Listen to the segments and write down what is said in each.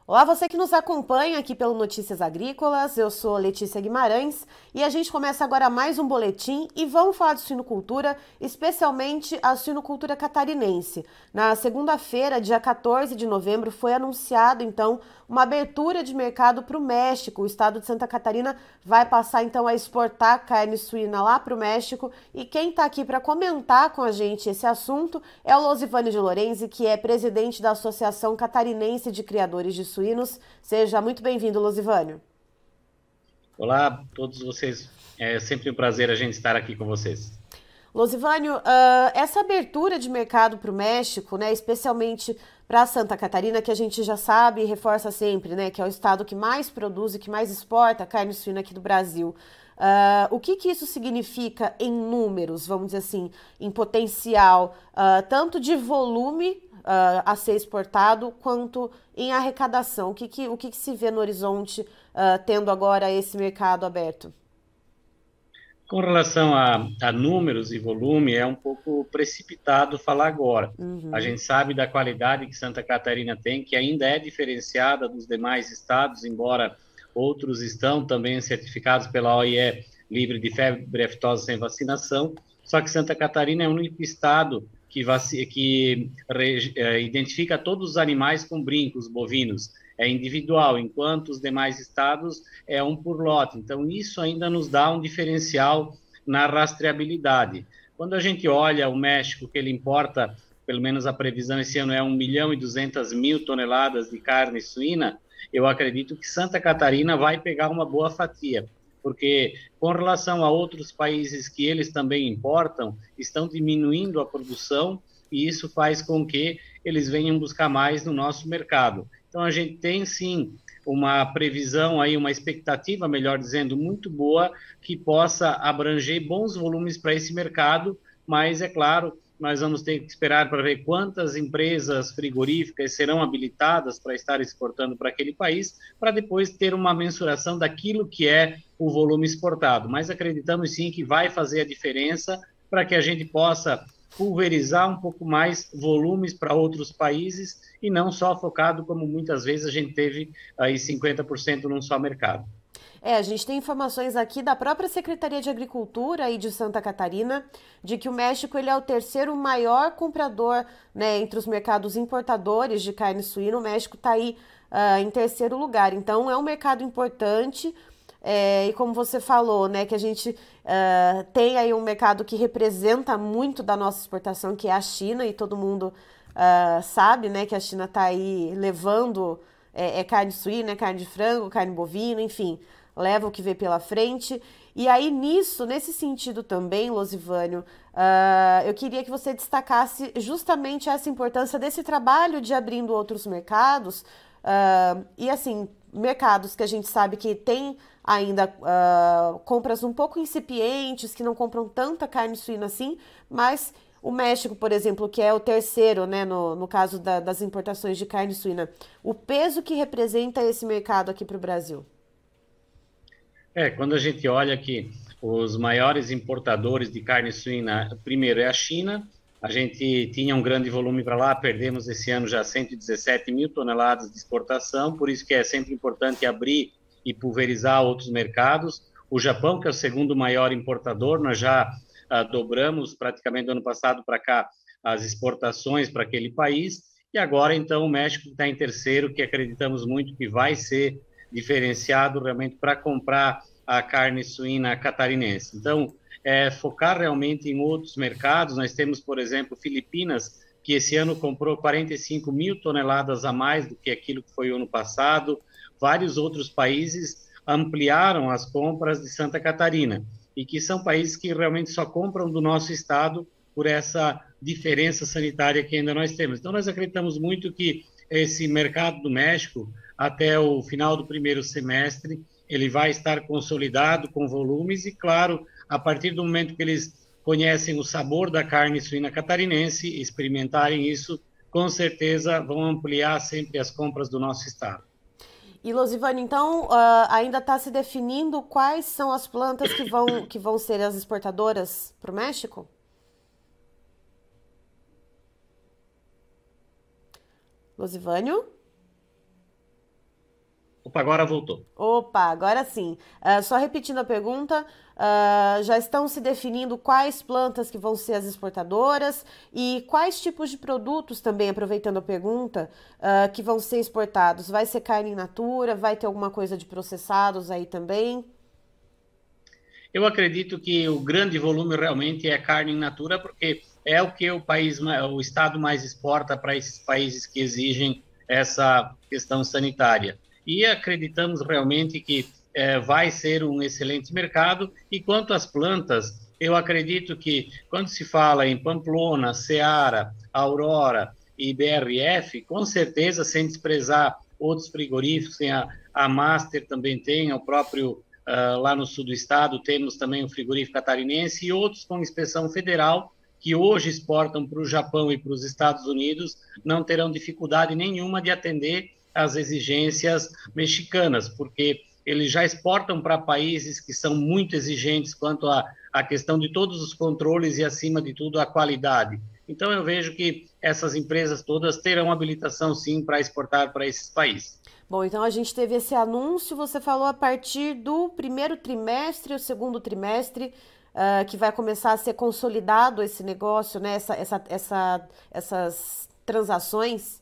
Olá, você que nos acompanha aqui pelo Notícias Agrícolas, eu sou Letícia Guimarães e a gente começa agora mais um boletim e vamos falar de suinocultura, especialmente a suinocultura catarinense. Na segunda-feira, dia 14 de novembro, foi anunciado então uma abertura de mercado para o México. O estado de Santa Catarina vai passar então a exportar carne suína lá para o México e quem está aqui para comentar com a gente esse assunto é o Losivânio de Lorenzi, que é presidente da Associação Catarinense de Criadores de Suínos. Seja muito bem-vindo, Losivânio. Olá a todos vocês. É sempre um prazer a gente estar aqui com vocês. Losivânio, essa abertura de mercado para o México, né, especialmente para Santa Catarina, que a gente já sabe e reforça sempre, né, que é o estado que mais produz e que mais exporta carne suína aqui do Brasil. O que isso significa em números, vamos dizer assim, em potencial, tanto de volume a ser exportado, quanto em arrecadação? O que se vê no horizonte tendo agora esse mercado aberto? Com relação a números e volume, é um pouco precipitado falar agora. A Uhum. gente sabe da qualidade que Santa Catarina tem, que ainda é diferenciada dos demais estados, embora outros estão também certificados pela OIE livre de febre aftosa sem vacinação. Só que Santa Catarina é o único estado que identifica todos os animais com brincos bovinos. É individual, enquanto os demais estados é um por lote. Então, isso ainda nos dá um diferencial na rastreabilidade. Quando a gente olha o México, que ele importa, pelo menos a previsão esse ano é 1.200.000 toneladas de carne suína, eu acredito que Santa Catarina vai pegar uma boa fatia, porque com relação a outros países que eles também importam, estão diminuindo a produção e isso faz com que eles venham buscar mais no nosso mercado. Então a gente tem sim uma previsão aí, uma expectativa, melhor dizendo, muito boa que possa abranger bons volumes para esse mercado, mas é claro, nós vamos ter que esperar para ver quantas empresas frigoríficas serão habilitadas para estar exportando para aquele país, para depois ter uma mensuração daquilo que é o volume exportado. Mas acreditamos sim que vai fazer a diferença para que a gente possa pulverizar um pouco mais volumes para outros países e não só focado como muitas vezes a gente teve aí 50% num só mercado. A gente tem informações aqui da própria Secretaria de Agricultura e de Santa Catarina de que o México ele é o terceiro maior comprador, né, entre os mercados importadores de carne suína. O México está aí em terceiro lugar. Então é um mercado importante. E como você falou, né, que a gente tem aí um mercado que representa muito da nossa exportação, que é a China, e todo mundo sabe, né, que a China está aí levando carne suína, carne de frango, carne bovina, enfim, leva o que vê pela frente. E aí, nesse sentido também, Losivânio, eu queria que você destacasse justamente essa importância desse trabalho de abrindo outros mercados, e assim, mercados que a gente sabe que tem ainda compras um pouco incipientes, que não compram tanta carne suína assim, mas o México, por exemplo, que é o terceiro, né, no caso das importações de carne suína, o peso que representa esse mercado aqui para o Brasil. Quando a gente olha que os maiores importadores de carne suína, primeiro é a China, a gente tinha um grande volume para lá, perdemos esse ano já 117.000 toneladas de exportação, por isso que é sempre importante abrir e pulverizar outros mercados. O Japão, que é o segundo maior importador, nós já dobramos praticamente do ano passado para cá as exportações para aquele país, e agora então o México está em terceiro, que acreditamos muito que vai ser diferenciado realmente para comprar a carne suína catarinense. Então, focar realmente em outros mercados. Nós temos, por exemplo, Filipinas, que esse ano comprou 45.000 toneladas a mais do que aquilo que foi o ano passado. Vários outros países ampliaram as compras de Santa Catarina e que são países que realmente só compram do nosso estado por essa diferença sanitária que ainda nós temos. Então, nós acreditamos muito que esse mercado do México, até o final do primeiro semestre, ele vai estar consolidado com volumes e, claro, a partir do momento que eles conhecem o sabor da carne suína catarinense, experimentarem isso, com certeza vão ampliar sempre as compras do nosso estado. E Losivane, então, ainda está se definindo quais são as plantas que vão ser as exportadoras para o México? Losivânio? Opa, agora voltou. Opa, agora sim. Só repetindo a pergunta, já estão se definindo quais plantas que vão ser as exportadoras e quais tipos de produtos também, aproveitando a pergunta, que vão ser exportados? Vai ser carne in natura? Vai ter alguma coisa de processados aí também? Eu acredito que o grande volume realmente é carne in natura, porque é o que o estado mais exporta para esses países que exigem essa questão sanitária. E acreditamos realmente que vai ser um excelente mercado. E quanto às plantas, eu acredito que quando se fala em Pamplona, Seara, Aurora e BRF, com certeza, sem desprezar outros frigoríficos, tem a Master também tem, o próprio lá no sul do estado, temos também o frigorífico catarinense e outros com inspeção federal, que hoje exportam para o Japão e para os Estados Unidos, não terão dificuldade nenhuma de atender às exigências mexicanas, porque eles já exportam para países que são muito exigentes quanto à questão de todos os controles e, acima de tudo, a qualidade. Então, eu vejo que essas empresas todas terão habilitação, sim, para exportar para esses países. Bom, então a gente teve esse anúncio, você falou a partir do primeiro trimestre, o segundo trimestre, que vai começar a ser consolidado esse negócio, né? Essas transações.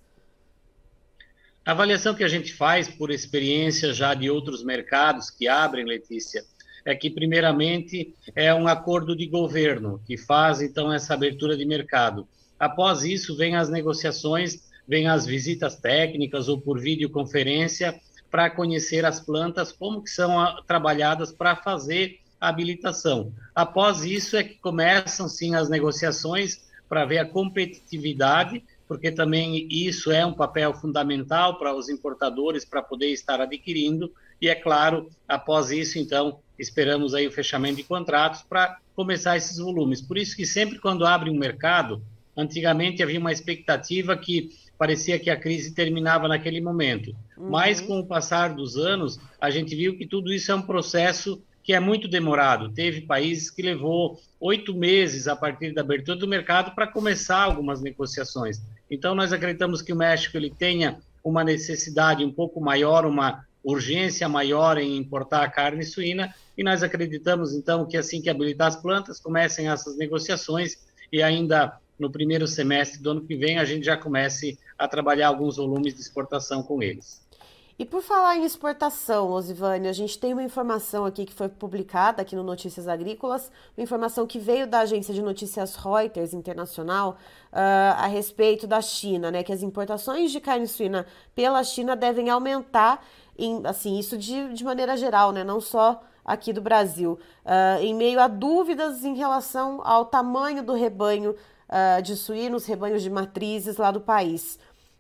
A avaliação que a gente faz por experiência já de outros mercados que abrem, Letícia, é que, primeiramente, é um acordo de governo que faz, então, essa abertura de mercado. Após isso, vem as negociações, vem as visitas técnicas ou por videoconferência para conhecer as plantas, como que são trabalhadas para fazer a habilitação. Após isso é que começam, sim, as negociações para ver a competitividade, porque também isso é um papel fundamental para os importadores para poder estar adquirindo, e é claro, após isso, então, esperamos aí o fechamento de contratos para começar esses volumes. Por isso que sempre quando abre um mercado, antigamente havia uma expectativa que parecia que a crise terminava naquele momento, mas com o passar dos anos, a gente viu que tudo isso é um processo que é muito demorado. Teve países que levou 8 meses a partir da abertura do mercado para começar algumas negociações. Então, nós acreditamos que o México ele tenha uma necessidade um pouco maior, uma urgência maior em importar carne suína, e nós acreditamos, então, que assim que habilitar as plantas, comecem essas negociações e ainda no primeiro semestre do ano que vem a gente já comece a trabalhar alguns volumes de exportação com eles. E por falar em exportação, Osivânia, a gente tem uma informação aqui que foi publicada aqui no Notícias Agrícolas, uma informação que veio da agência de notícias Reuters Internacional a respeito da China, né? Que as importações de carne suína pela China devem aumentar, assim, isso de maneira geral, né? Não só aqui do Brasil, em meio a dúvidas em relação ao tamanho do rebanho de suínos, rebanhos de matrizes lá do país.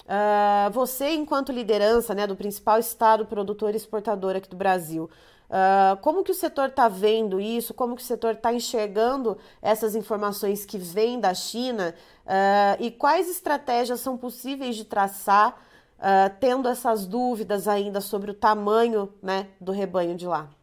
Você, enquanto liderança, né, do principal estado produtor e exportador aqui do Brasil, como que o setor está vendo isso? Como que o setor está enxergando essas informações que vêm da China? E quais estratégias são possíveis de traçar, tendo essas dúvidas ainda sobre o tamanho, né, do rebanho de lá?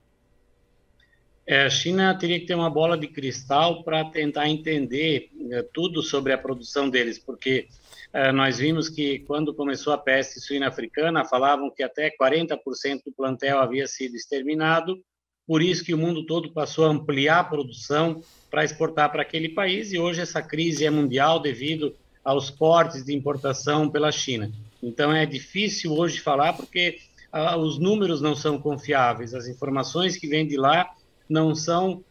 A China teria que ter uma bola de cristal para tentar entender tudo sobre a produção deles, porque nós vimos que quando começou a peste suína africana, falavam que até 40% do plantel havia sido exterminado, por isso que o mundo todo passou a ampliar a produção para exportar para aquele país, e hoje essa crise é mundial devido aos cortes de importação pela China. Então é difícil hoje falar porque os números não são confiáveis, as informações que vêm de lá não são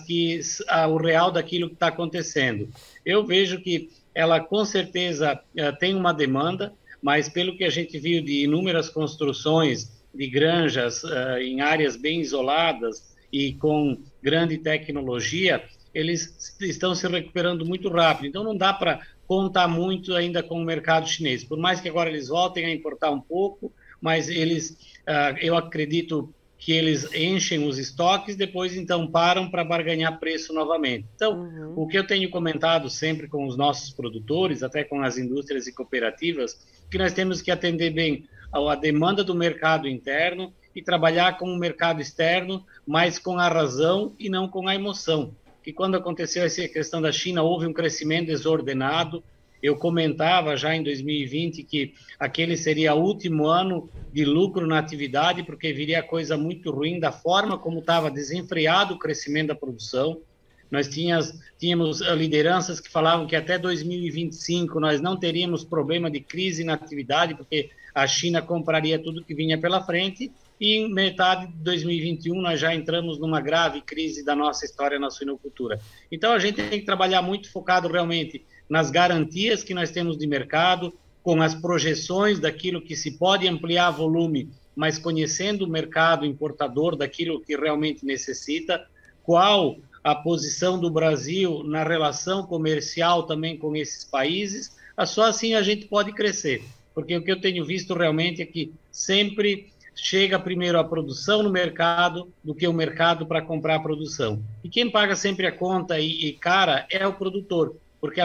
o real daquilo que está acontecendo. Eu vejo que ela com certeza tem uma demanda, mas pelo que a gente viu de inúmeras construções de granjas em áreas bem isoladas e com grande tecnologia, eles estão se recuperando muito rápido. Então não dá para contar muito ainda com o mercado chinês. Por mais que agora eles voltem a importar um pouco, mas eu acredito que eles enchem os estoques, depois então param para barganhar preço novamente. Então, o que eu tenho comentado sempre com os nossos produtores, até com as indústrias e cooperativas, que nós temos que atender bem a demanda do mercado interno e trabalhar com o mercado externo, mas com a razão e não com a emoção. Que quando aconteceu essa questão da China, houve um crescimento desordenado eu comentava já em 2020 que aquele seria o último ano de lucro na atividade, porque viria coisa muito ruim da forma como estava desenfreado o crescimento da produção. Nós tínhamos lideranças que falavam que até 2025 nós não teríamos problema de crise na atividade, porque a China compraria tudo que vinha pela frente, e em metade de 2021 nós já entramos numa grave crise da nossa história na suinocultura. Então a gente tem que trabalhar muito focado realmente nas garantias que nós temos de mercado, com as projeções daquilo que se pode ampliar volume, mas conhecendo o mercado importador daquilo que realmente necessita, qual a posição do Brasil na relação comercial também com esses países, só assim a gente pode crescer. Porque o que eu tenho visto realmente é que sempre chega primeiro a produção no mercado do que o mercado para comprar a produção. E quem paga sempre a conta e cara é o produtor, porque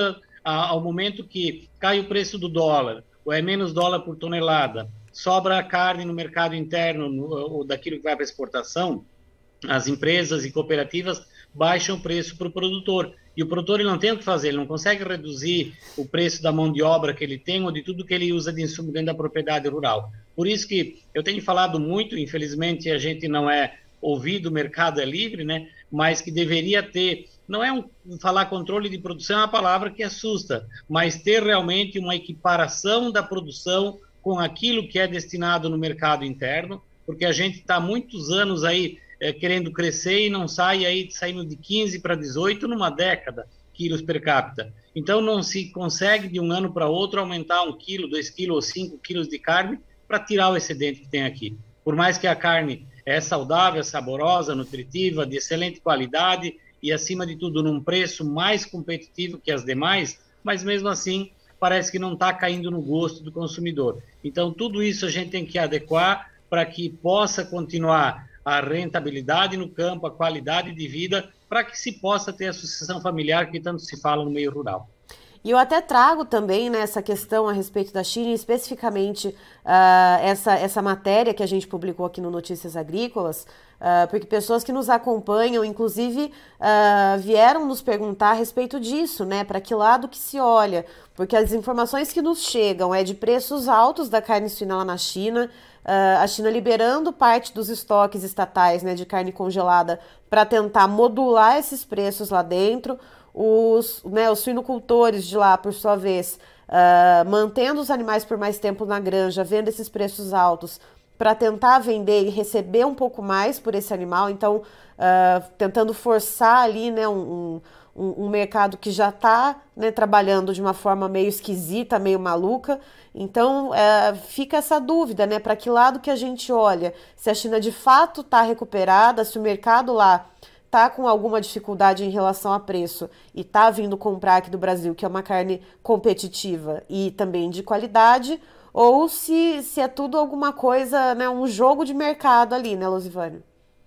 ao momento que cai o preço do dólar, ou é menos dólar por tonelada, sobra carne no mercado interno, ou daquilo que vai para exportação, as empresas e cooperativas baixam o preço para o produtor. E o produtor ele não tem o que fazer, ele não consegue reduzir o preço da mão de obra que ele tem ou de tudo que ele usa de insumo dentro da propriedade rural. Por isso que eu tenho falado muito, infelizmente a gente não é ouvido, o mercado é livre, né? Mas que deveria ter, não é falar controle de produção é uma palavra que assusta, mas ter realmente uma equiparação da produção com aquilo que é destinado no mercado interno, porque a gente está há muitos anos aí querendo crescer e não sai aí saindo de 15 para 18 numa década, quilos per capita. Então não se consegue de um ano para outro aumentar 1 quilo, 2 quilos ou 5 quilos de carne para tirar o excedente que tem aqui. Por mais que a carne é saudável, saborosa, nutritiva, de excelente qualidade e, acima de tudo, num preço mais competitivo que as demais, mas mesmo assim parece que não está caindo no gosto do consumidor. Então tudo isso a gente tem que adequar para que possa continuar a rentabilidade no campo, a qualidade de vida, para que se possa ter a sucessão familiar que tanto se fala no meio rural. E eu até trago também, né, essa questão a respeito da China, especificamente essa matéria que a gente publicou aqui no Notícias Agrícolas, porque pessoas que nos acompanham, inclusive, vieram nos perguntar a respeito disso, né, para que lado que se olha, porque as informações que nos chegam é de preços altos da carne suína lá na China, a China liberando parte dos estoques estatais, né, de carne congelada para tentar modular esses preços lá dentro. Os suinocultores de lá, por sua vez, mantendo os animais por mais tempo na granja, vendo esses preços altos para tentar vender e receber um pouco mais por esse animal, então tentando forçar ali, né, um mercado que já está, né, trabalhando de uma forma meio esquisita, meio maluca. Então fica essa dúvida, né, para que lado que a gente olha, se a China de fato está recuperada, se o mercado lá está com alguma dificuldade em relação a preço e está vindo comprar aqui do Brasil, que é uma carne competitiva e também de qualidade, ou se é tudo alguma coisa, né, um jogo de mercado ali, né, Losivânio?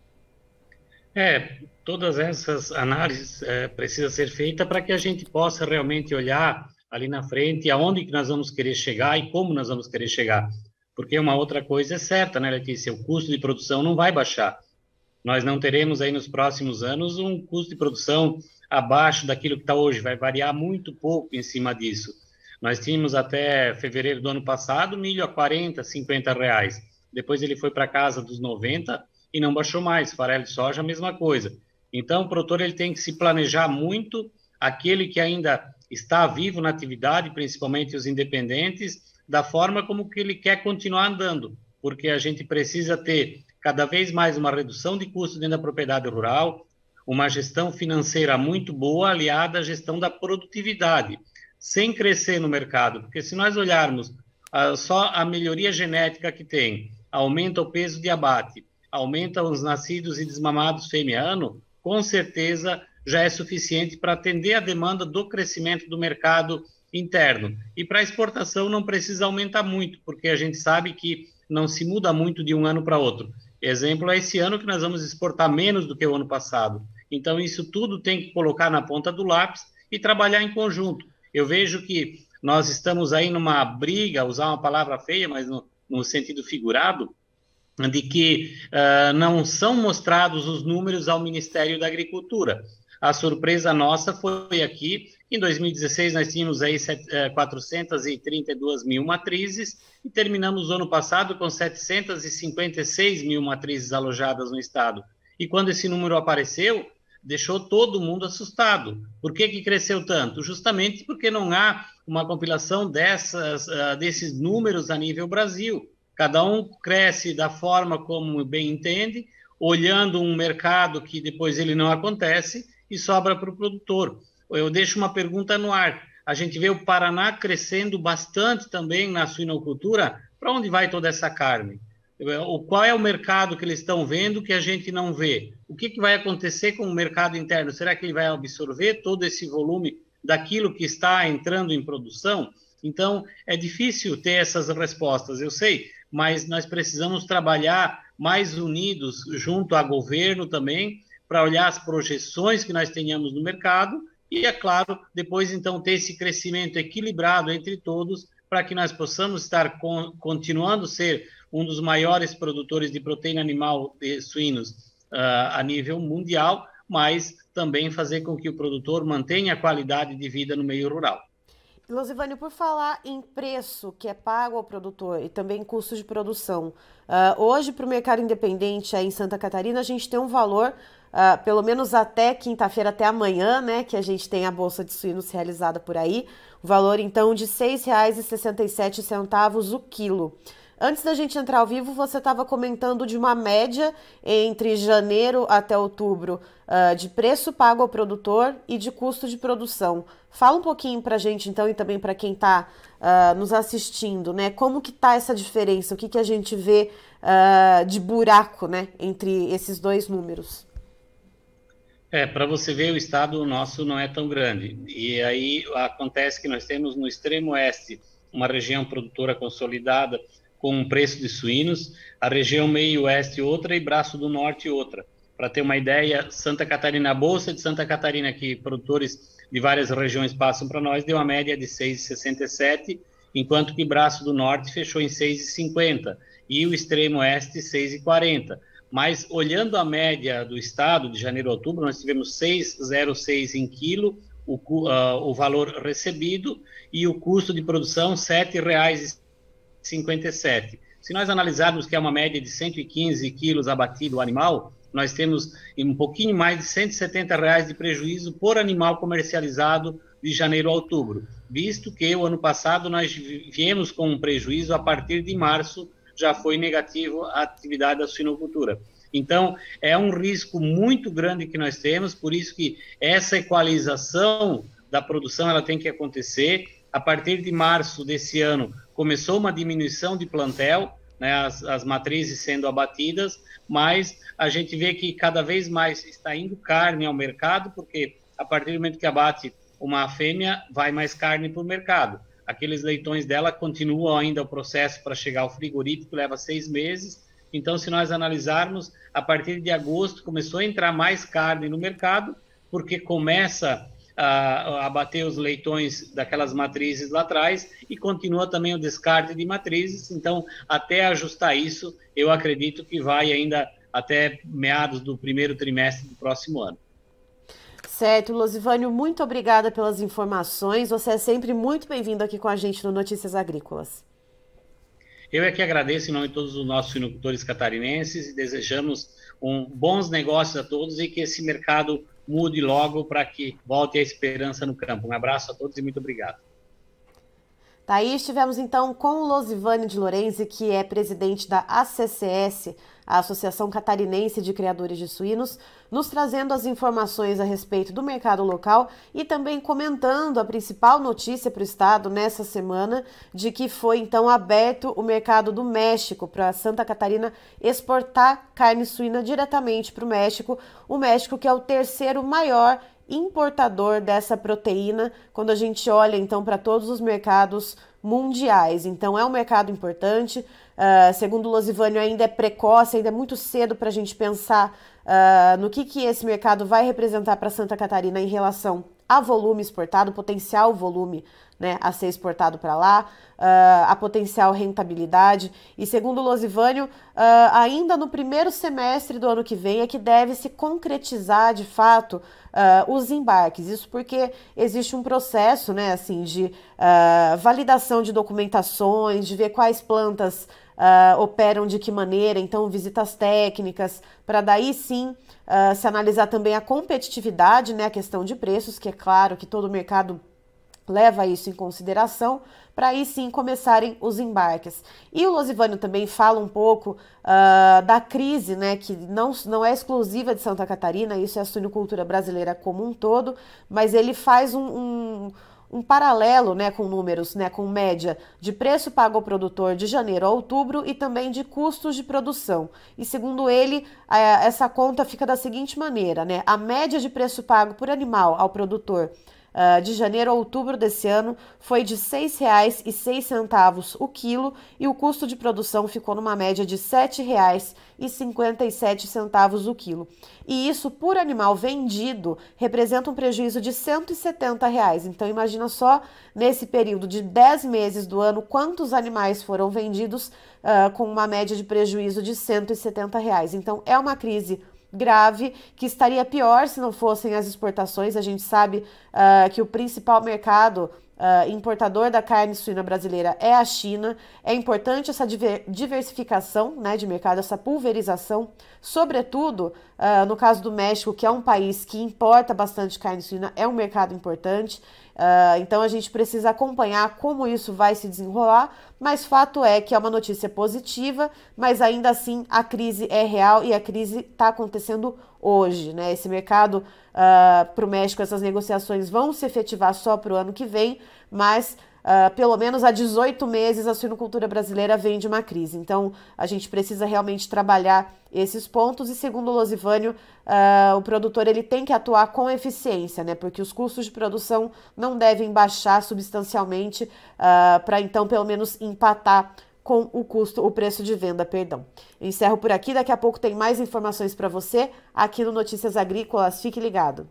Todas essas análises precisam ser feitas para que a gente possa realmente olhar ali na frente aonde que nós vamos querer chegar e como nós vamos querer chegar. Porque uma outra coisa é certa, né, Letícia? O custo de produção não vai baixar. Nós não teremos aí nos próximos anos um custo de produção abaixo daquilo que está hoje, vai variar muito pouco em cima disso. Nós tínhamos até fevereiro do ano passado milho a 40, 50 reais. Depois ele foi para casa dos 90 e não baixou mais. Farelo de soja, a mesma coisa. Então o produtor ele tem que se planejar muito, aquele que ainda está vivo na atividade, principalmente os independentes, da forma como que ele quer continuar andando, porque a gente precisa ter cada vez mais uma redução de custos dentro da propriedade rural, uma gestão financeira muito boa aliada à gestão da produtividade, sem crescer no mercado, porque se nós olharmos só a melhoria genética que tem, aumenta o peso de abate, aumenta os nascidos e desmamados fêmea-ano, com certeza já é suficiente para atender a demanda do crescimento do mercado interno. E para a exportação não precisa aumentar muito, porque a gente sabe que não se muda muito de um ano para outro. Exemplo é esse ano que nós vamos exportar menos do que o ano passado. Então, isso tudo tem que colocar na ponta do lápis e trabalhar em conjunto. Eu vejo que nós estamos aí numa briga, usar uma palavra feia, mas no sentido figurado, de que não são mostrados os números ao Ministério da Agricultura. A surpresa nossa foi aqui Em 2016, nós tínhamos aí 432 mil matrizes e terminamos o ano passado com 756 mil matrizes alojadas no estado. E quando esse número apareceu, deixou todo mundo assustado. Por que cresceu tanto? Justamente porque não há uma compilação desses números a nível Brasil. Cada um cresce da forma como bem entende, olhando um mercado que depois ele não acontece e sobra para o produtor. Eu deixo uma pergunta no ar. A gente vê o Paraná crescendo bastante também na suinocultura. Para onde vai toda essa carne? Qual é o mercado que eles estão vendo que a gente não vê? O que vai acontecer com o mercado interno? Será que ele vai absorver todo esse volume daquilo que está entrando em produção? Então, é difícil ter essas respostas, eu sei, mas nós precisamos trabalhar mais unidos junto ao governo também, para olhar as projeções que nós tenhamos no mercado e, é claro, depois, então, ter esse crescimento equilibrado entre todos para que nós possamos estar continuando a ser um dos maiores produtores de proteína animal de suínos a nível mundial, mas também fazer com que o produtor mantenha a qualidade de vida no meio rural. Losivânio, por falar em preço que é pago ao produtor e também custo de produção, hoje para o mercado independente aí em Santa Catarina a gente tem um valor, pelo menos até quinta-feira, até amanhã, né, que a gente tem a Bolsa de Suínos realizada por aí, o valor então de R$ 6,67 o quilo. Antes da gente entrar ao vivo, você estava comentando de uma média entre janeiro até outubro de preço pago ao produtor e de custo de produção. Fala um pouquinho para a gente, então, e também para quem está nos assistindo, né? Como que está essa diferença? O que a gente vê de buraco, né, entre esses dois números? Para você ver, o estado nosso não é tão grande. E aí acontece que nós temos no extremo oeste uma região produtora consolidada, com um preço de suínos, a região meio-oeste outra e Braço do Norte outra. Para ter uma ideia, Santa Catarina, a Bolsa de Santa Catarina, que produtores de várias regiões passam para nós, deu uma média de 6,67, enquanto que Braço do Norte fechou em 6,50 e o extremo oeste 6,40. Mas olhando a média do estado, de janeiro a outubro, nós tivemos 6,06 em quilo, o valor recebido, e o custo de produção R$ 7,57. Se nós analisarmos que é uma média de 115 quilos abatido o animal, nós temos um pouquinho mais de R$ 170 de prejuízo por animal comercializado de janeiro a outubro, visto que o ano passado nós viemos com um prejuízo a partir de março, já foi negativo a atividade da suinocultura. Então, é um risco muito grande que nós temos, por isso que essa equalização da produção ela tem que acontecer. A partir de março desse ano, começou uma diminuição de plantel, né, as matrizes sendo abatidas, mas a gente vê que cada vez mais está indo carne ao mercado, porque a partir do momento que abate uma fêmea, vai mais carne para o mercado. Aqueles leitões dela continuam ainda o processo para chegar ao frigorífico, leva 6 meses. Então, se nós analisarmos, a partir de agosto começou a entrar mais carne no mercado, porque começa a bater os leitões daquelas matrizes lá atrás e continua também o descarte de matrizes. Então, até ajustar isso, eu acredito que vai ainda até meados do primeiro trimestre do próximo ano. Certo, Losivânio, muito obrigada pelas informações. Você é sempre muito bem-vindo aqui com a gente no Notícias Agrícolas. Eu é que agradeço em nome de todos os nossos suinocultores catarinenses e desejamos bons negócios a todos e que esse mercado mude logo para que volte a esperança no campo. Um abraço a todos e muito obrigado. Tá aí, estivemos então com o Losivânio de Lorenzi, que é presidente da ACCS, a Associação Catarinense de Criadores de Suínos, nos trazendo as informações a respeito do mercado local e também comentando a principal notícia para o estado nessa semana, de que foi então aberto o mercado do México para Santa Catarina exportar carne suína diretamente para o México que é o terceiro maior importador dessa proteína, quando a gente olha então para todos os mercados mundiais. Então é um mercado importante, segundo o Losivânio ainda é precoce, ainda é muito cedo para a gente pensar no que esse mercado vai representar para Santa Catarina em relação a volume exportado, potencial volume, né, a ser exportado para lá, a potencial rentabilidade. E segundo o Losivânio, ainda no primeiro semestre do ano que vem é que deve se concretizar de fato os embarques. Isso porque existe um processo, né, assim, de validação de documentações, de ver quais plantas operam de que maneira, então visitas técnicas, para daí sim se analisar também a competitividade, né, a questão de preços, que é claro que todo mercado leva isso em consideração, para aí sim começarem os embarques. E o Losivânio também fala um pouco da crise, né, que não é exclusiva de Santa Catarina, isso é a suinocultura brasileira como um todo, mas ele faz um paralelo, né, com números, né, com média de preço pago ao produtor de janeiro a outubro e também de custos de produção. E segundo ele, essa conta fica da seguinte maneira, né, a média de preço pago por animal ao produtor de janeiro a outubro desse ano foi de R$ 6,06 o quilo e o custo de produção ficou numa média de R$ 7,57 o quilo. E isso por animal vendido representa um prejuízo de R$ 170. Então imagina só nesse período de 10 meses do ano quantos animais foram vendidos com uma média de prejuízo de R$ 170. Então é uma crise grave, que estaria pior se não fossem as exportações. A gente sabe que o principal mercado importador da carne suína brasileira é a China. É importante essa diversificação, né, de mercado, essa pulverização, sobretudo no caso do México, que é um país que importa bastante carne suína, é um mercado importante. Então a gente precisa acompanhar como isso vai se desenrolar, mas fato é que é uma notícia positiva, mas ainda assim a crise é real e a crise está acontecendo hoje, né? Esse mercado para o México, essas negociações vão se efetivar só para o ano que vem, mas pelo menos há 18 meses a suinocultura brasileira vem de uma crise. Então a gente precisa realmente trabalhar esses pontos e, segundo o Losivânio, o produtor ele tem que atuar com eficiência, né? Porque os custos de produção não devem baixar substancialmente para então pelo menos empatar com o preço de venda, perdão. Eu encerro por aqui, daqui a pouco tem mais informações para você aqui no Notícias Agrícolas, fique ligado.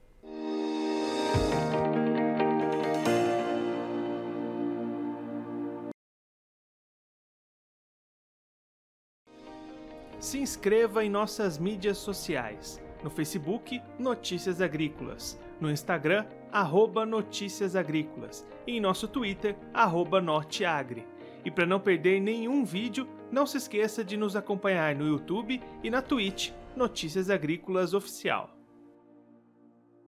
Se inscreva em nossas mídias sociais. No Facebook, Notícias Agrícolas. No Instagram, @Notícias Agrícolas. E em nosso Twitter, @Norteagri. E para não perder nenhum vídeo, não se esqueça de nos acompanhar no YouTube e na Twitch, Notícias Agrícolas Oficial.